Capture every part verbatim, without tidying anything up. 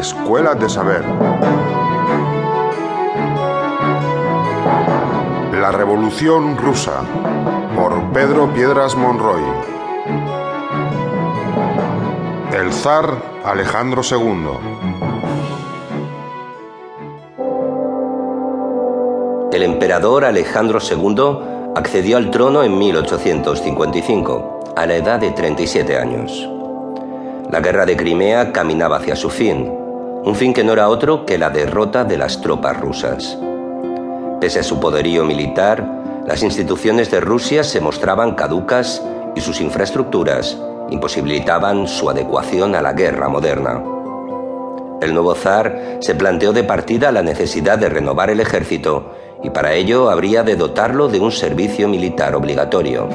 Escuela de Saber. La Revolución Rusa, por Pedro Piedras Monroy. El zar Alejandro segundo. El emperador Alejandro segundo accedió al trono en mil ochocientos cincuenta y cinco, a la edad de treinta y siete años. La guerra de Crimea caminaba hacia su fin, un fin que no era otro que la derrota de las tropas rusas. Pese a su poderío militar, las instituciones de Rusia se mostraban caducas y sus infraestructuras imposibilitaban su adecuación a la guerra moderna. El nuevo zar se planteó de partida la necesidad de renovar el ejército y para ello habría de dotarlo de un servicio militar obligatorio.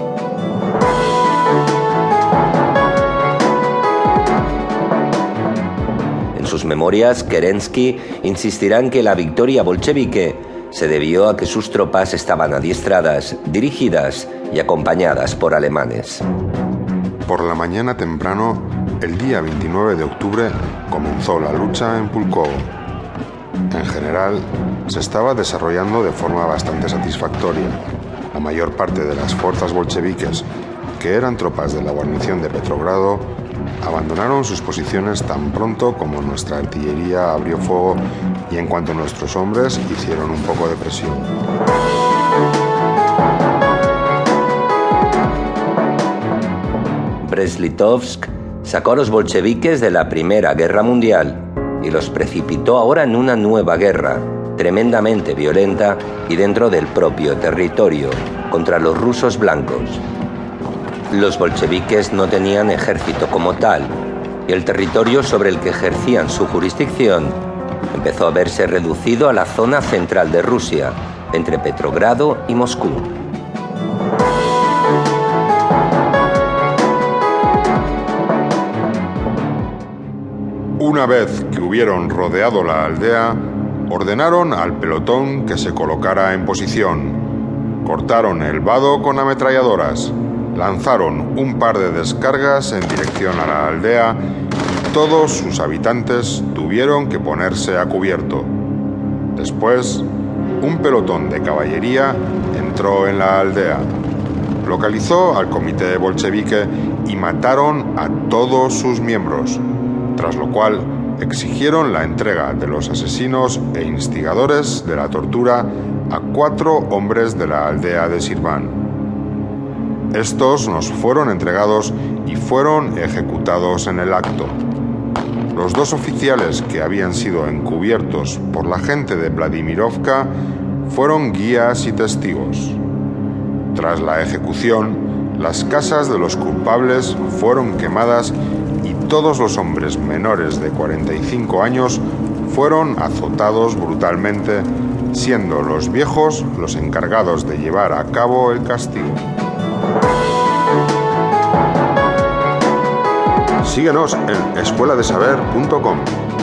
En sus memorias, Kerensky insistirá en que la victoria bolchevique se debió a que sus tropas estaban adiestradas, dirigidas y acompañadas por alemanes. Por la mañana temprano, el día veintinueve de octubre, comenzó la lucha en Pulkovo. En general, se estaba desarrollando de forma bastante satisfactoria. La mayor parte de las fuerzas bolcheviques, que eran tropas de la guarnición de Petrogrado, abandonaron sus posiciones tan pronto como nuestra artillería abrió fuego y en cuanto nuestros hombres hicieron un poco de presión. Brest-Litovsk sacó a los bolcheviques de la Primera Guerra Mundial y los precipitó ahora en una nueva guerra, tremendamente violenta y dentro del propio territorio, contra los rusos blancos. Los bolcheviques no tenían ejército como tal, y el territorio sobre el que ejercían su jurisdicción empezó a verse reducido a la zona central de Rusia, entre Petrogrado y Moscú. Una vez que hubieron rodeado la aldea, ordenaron al pelotón que se colocara en posición. Cortaron el vado con ametralladoras, lanzaron un par de descargas en dirección a la aldea y todos sus habitantes tuvieron que ponerse a cubierto. Después, un pelotón de caballería entró en la aldea, localizó al comité bolchevique y mataron a todos sus miembros, tras lo cual exigieron la entrega de los asesinos e instigadores de la tortura a cuatro hombres de la aldea de Sirvan. Estos nos fueron entregados y fueron ejecutados en el acto. Los dos oficiales que habían sido encubiertos por la gente de Vladimirovka fueron guías y testigos. Tras la ejecución, las casas de los culpables fueron quemadas y todos los hombres menores de cuarenta y cinco años fueron azotados brutalmente, siendo los viejos los encargados de llevar a cabo el castigo. Síguenos en escuela de saber punto com.